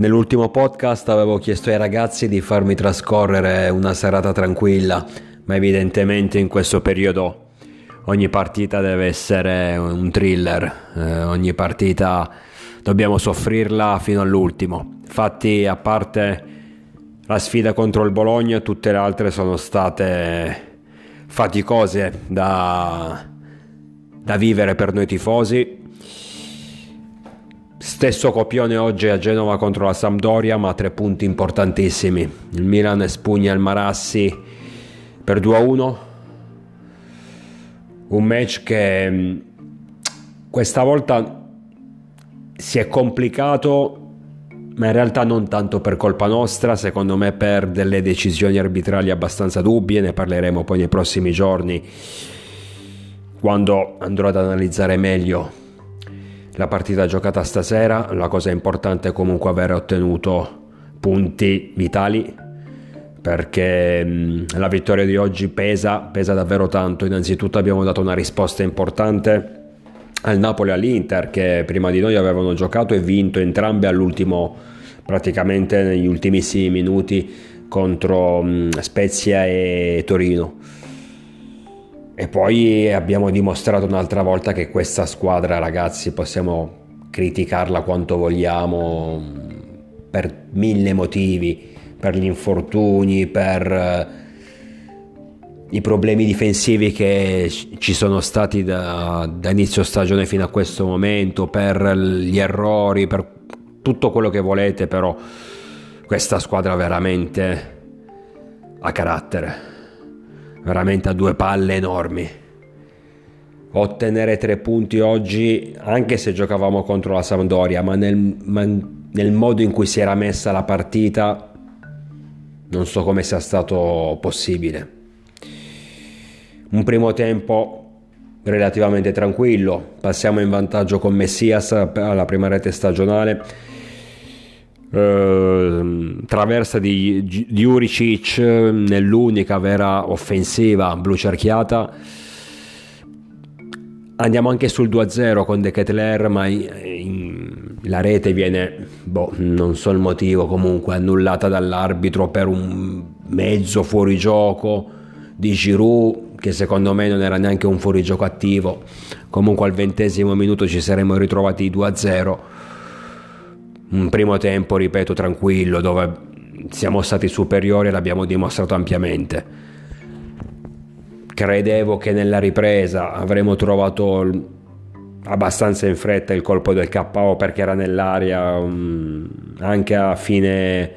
Nell'ultimo podcast avevo chiesto ai ragazzi di farmi trascorrere una serata tranquilla, ma evidentemente in questo periodo ogni partita deve essere un thriller, ogni partita dobbiamo soffrirla fino all'ultimo. Infatti, a parte la sfida contro il Bologna, tutte le altre sono state faticose da vivere per noi tifosi. Stesso copione oggi a Genova contro la Sampdoria, ma 3 punti importantissimi. Il Milan espugna il Marassi per 2-1. Un match che questa volta si è complicato, ma in realtà non tanto per colpa nostra, secondo me per delle decisioni arbitrali abbastanza dubbie. Ne parleremo poi nei prossimi giorni, quando andrò ad analizzare meglio la partita giocata stasera. La cosa importante è comunque aver ottenuto punti vitali, perché la vittoria di oggi pesa davvero tanto. Innanzitutto abbiamo dato una risposta importante al Napoli e all'Inter, che prima di noi avevano giocato e vinto entrambe all'ultimo, praticamente negli ultimissimi minuti, contro Spezia e Torino. E poi abbiamo dimostrato un'altra volta che questa squadra, ragazzi, possiamo criticarla quanto vogliamo per 1000 motivi, per gli infortuni, per i problemi difensivi che ci sono stati da inizio stagione fino a questo momento, per gli errori, per tutto quello che volete, però questa squadra veramente ha carattere. Veramente a 2 palle enormi. Ottenere 3 punti oggi, anche se giocavamo contro la Sampdoria, ma nel modo in cui si era messa la partita, non so come sia stato possibile. Un primo tempo relativamente tranquillo, passiamo in vantaggio con Messias alla prima rete stagionale. Traversa di Juricic nell'unica vera offensiva blu cerchiata. Andiamo anche sul 2-0 con De Ketelaere, ma la rete viene, non so il motivo, comunque annullata dall'arbitro per un mezzo fuorigioco di Giroud, che secondo me non era neanche un fuorigioco attivo. Comunque al 20° minuto ci saremmo ritrovati 2-0. Un primo tempo, ripeto, tranquillo, dove siamo stati superiori e l'abbiamo dimostrato ampiamente. Credevo che nella ripresa avremmo trovato abbastanza in fretta il colpo del KO, perché era nell'aria anche a fine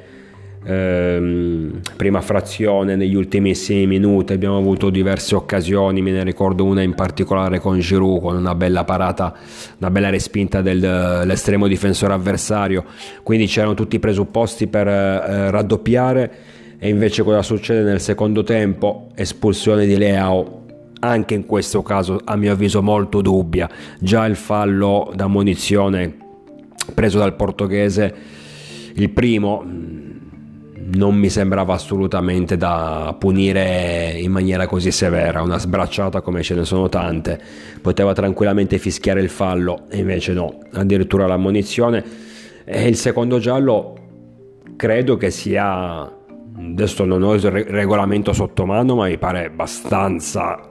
prima frazione. Negli ultimissimi minuti abbiamo avuto diverse occasioni, me ne ricordo una in particolare con Giroud, con una bella parata, una bella respinta dell'estremo difensore avversario, quindi c'erano tutti i presupposti per raddoppiare. E invece cosa succede nel secondo tempo? Espulsione di Leao, anche in questo caso a mio avviso molto dubbia. Già il fallo da ammonizione preso dal portoghese, il primo, non mi sembrava assolutamente da punire in maniera così severa. Una sbracciata come ce ne sono tante, poteva tranquillamente fischiare il fallo, e invece no, addirittura l'ammonizione. E il secondo giallo credo che sia, adesso non ho il regolamento sotto mano, ma mi pare abbastanza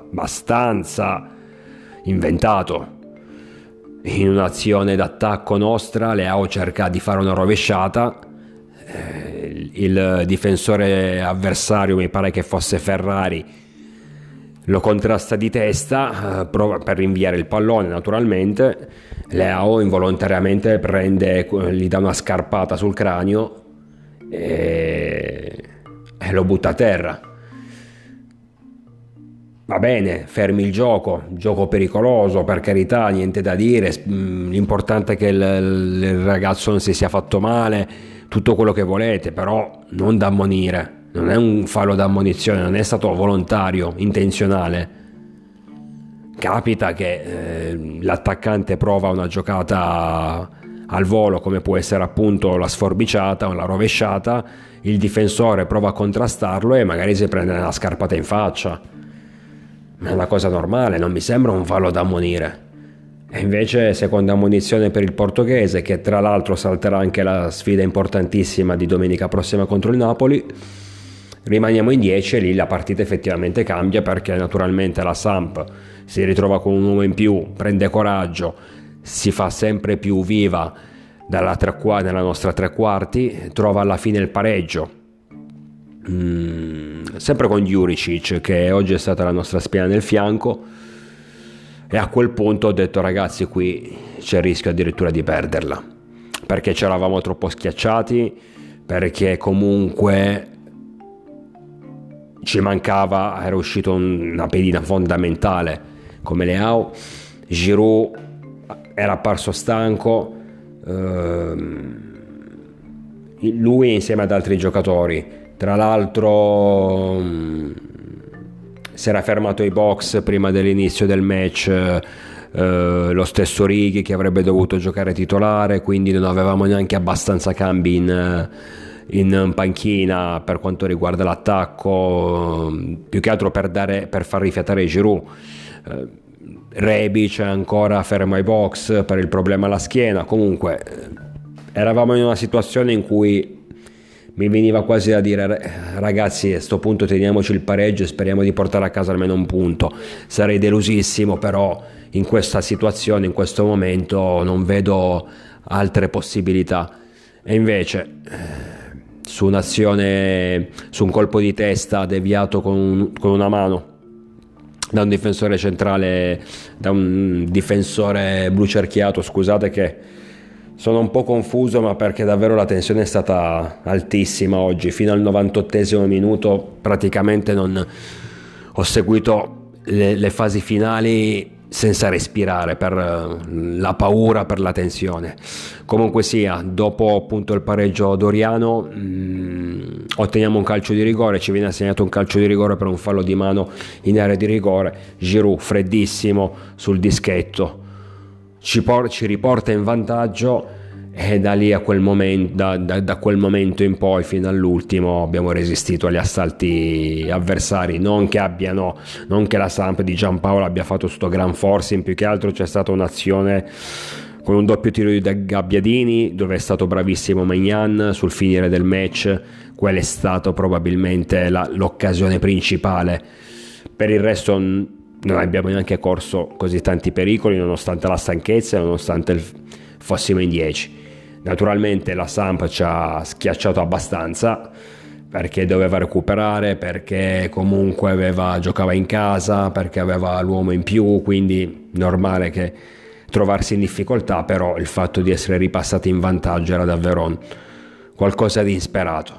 inventato. In un'azione d'attacco nostra, Leao cerca di fare una rovesciata, il difensore avversario, mi pare che fosse Ferrari, lo contrasta di testa, prova per rinviare il pallone. Naturalmente Leao involontariamente gli dà una scarpata sul cranio e lo butta a terra. Va bene, fermi il gioco pericoloso, per carità, niente da dire, l'importante è che il ragazzo non si sia fatto male, tutto quello che volete, però non da ammonire. Non è un fallo da ammonizione, non è stato volontario, intenzionale. Capita che l'attaccante prova una giocata al volo, come può essere appunto la sforbiciata o la rovesciata, il difensore prova a contrastarlo e magari si prende una scarpata in faccia. Ma è una cosa normale, non mi sembra un fallo da ammonire. E invece seconda ammonizione per il portoghese, che tra l'altro salterà anche la sfida importantissima di domenica prossima contro il Napoli. Rimaniamo in 10 e lì la partita effettivamente cambia, perché naturalmente la Samp si ritrova con un uomo in più, prende coraggio, si fa sempre più viva nella nostra tre quarti, trova alla fine il pareggio, sempre con Juricic, che oggi è stata la nostra spina nel fianco, e a quel punto ho detto: ragazzi, qui c'è il rischio addirittura di perderla, perché ci eravamo troppo schiacciati, perché comunque ci mancava, era uscito una pedina fondamentale come Leao. Giroud era apparso stanco, lui insieme ad altri giocatori, tra l'altro si era fermato ai box prima dell'inizio del match, lo stesso Righi, che avrebbe dovuto giocare titolare, quindi non avevamo neanche abbastanza cambi in panchina per quanto riguarda l'attacco, più che altro per far rifiatare Giroud. Rebic ancora fermo ai box per il problema alla schiena. Comunque eravamo in una situazione in cui mi veniva quasi da dire: ragazzi, a sto punto teniamoci il pareggio e speriamo di portare a casa almeno un punto. Sarei delusissimo, però in questa situazione, in questo momento, non vedo altre possibilità. E invece su un'azione, su un colpo di testa deviato con una mano da un difensore centrale, da un difensore blu cerchiato, scusate che sono un po' confuso, ma perché davvero la tensione è stata altissima oggi. Fino al 98esimo minuto praticamente non ho seguito le fasi finali senza respirare, per la paura, per la tensione. Comunque sia, dopo appunto il pareggio doriano, otteniamo un calcio di rigore, ci viene assegnato un calcio di rigore per un fallo di mano in area di rigore. Giroud freddissimo sul dischetto ci riporta in vantaggio, e da lì a quel momento, da quel momento in poi fino all'ultimo abbiamo resistito agli assalti avversari. Non che la Samp di Giampaolo abbia fatto sto gran forcing, più che altro c'è stata un'azione con un doppio tiro di Gabbiadini dove è stato bravissimo Maignan sul finire del match. Quella è stata probabilmente l'occasione principale. Per il resto non abbiamo neanche corso così tanti pericoli, nonostante la stanchezza e nonostante fossimo in 10. Naturalmente la Samp ci ha schiacciato abbastanza, perché doveva recuperare, perché comunque giocava in casa, perché aveva l'uomo in più, quindi normale che trovarsi in difficoltà. Però il fatto di essere ripassati in vantaggio era davvero qualcosa di insperato.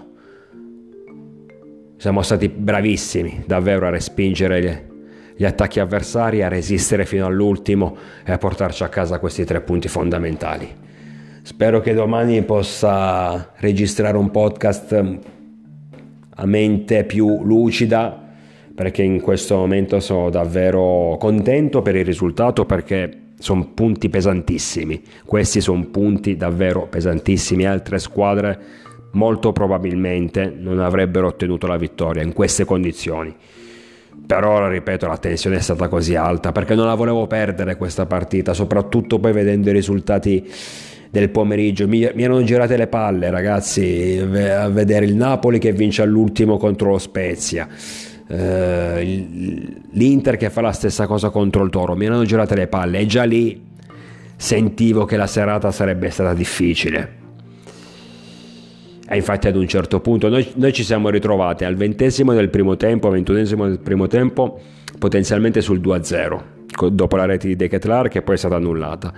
Siamo stati bravissimi davvero a respingere gli attacchi avversari, a resistere fino all'ultimo e a portarci a casa questi 3 punti fondamentali. Spero che domani possa registrare un podcast a mente più lucida, perché in questo momento sono davvero contento per il risultato, perché sono punti pesantissimi. Questi sono punti davvero pesantissimi. Altre squadre molto probabilmente non avrebbero ottenuto la vittoria in queste condizioni. Però, ripeto, la tensione è stata così alta perché non la volevo perdere questa partita, soprattutto poi vedendo i risultati del pomeriggio. Mi erano girate le palle, ragazzi, a vedere il Napoli che vince all'ultimo contro lo Spezia, l'Inter che fa la stessa cosa contro il Toro. Mi erano girate le palle e già lì sentivo che la serata sarebbe stata difficile. E infatti ad un certo punto noi ci siamo ritrovati al 20esimo del primo tempo, 21esimo del primo tempo, potenzialmente sul 2-0 dopo la rete di De Ketelaere, che poi è stata annullata.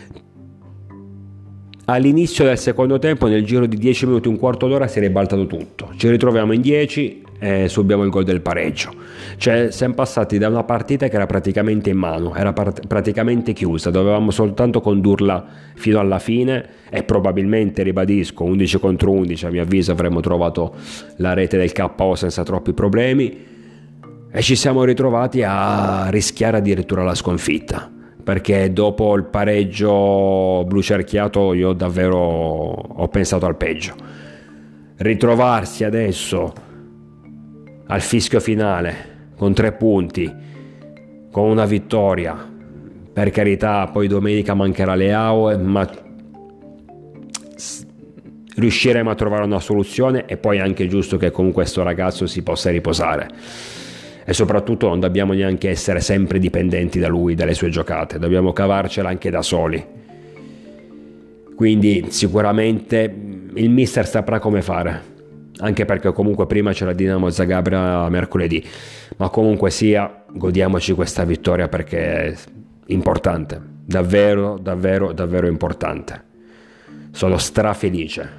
All'inizio del secondo tempo, nel giro di 10 minuti, un quarto d'ora, si è ribaltato tutto. Ci ritroviamo in 10 e subiamo il gol del pareggio. Cioè siamo passati da una partita che era praticamente in mano, era praticamente chiusa, dovevamo soltanto condurla fino alla fine e probabilmente, ribadisco, 11 contro 11 a mio avviso avremmo trovato la rete del KO senza troppi problemi, e ci siamo ritrovati a rischiare addirittura la sconfitta, perché dopo il pareggio blu cerchiato io davvero ho pensato al peggio. Ritrovarsi adesso al fischio finale con 3 punti, con una vittoria, Per carità, poi domenica mancherà Leao, ma riusciremo a trovare una soluzione, e poi è anche giusto che comunque questo ragazzo si possa riposare, e soprattutto non dobbiamo neanche essere sempre dipendenti da lui, dalle sue giocate, dobbiamo cavarcela anche da soli. Quindi sicuramente il mister saprà come fare, anche perché comunque prima c'è la Dinamo Zagabria mercoledì, ma comunque sia, godiamoci questa vittoria perché è importante, davvero davvero davvero importante. Sono strafelice.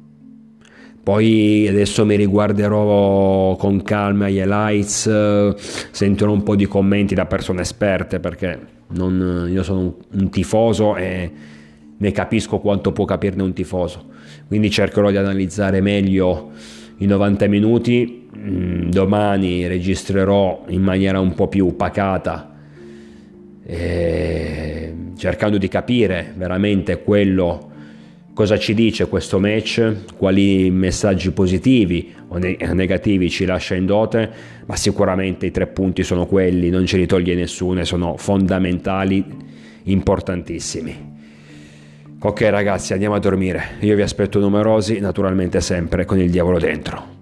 Poi adesso mi riguarderò con calma gli highlights, sentirò un po' di commenti da persone esperte, perché io sono un tifoso e ne capisco quanto può capirne un tifoso, quindi cercherò di analizzare meglio i 90 minuti. Domani registrerò in maniera un po' più pacata, cercando di capire veramente cosa ci dice questo match, quali messaggi positivi o negativi ci lascia in dote, ma sicuramente i 3 punti sono quelli, non ce li toglie nessuno e sono fondamentali, importantissimi. Ok ragazzi, andiamo a dormire, io vi aspetto numerosi, naturalmente sempre con il diavolo dentro.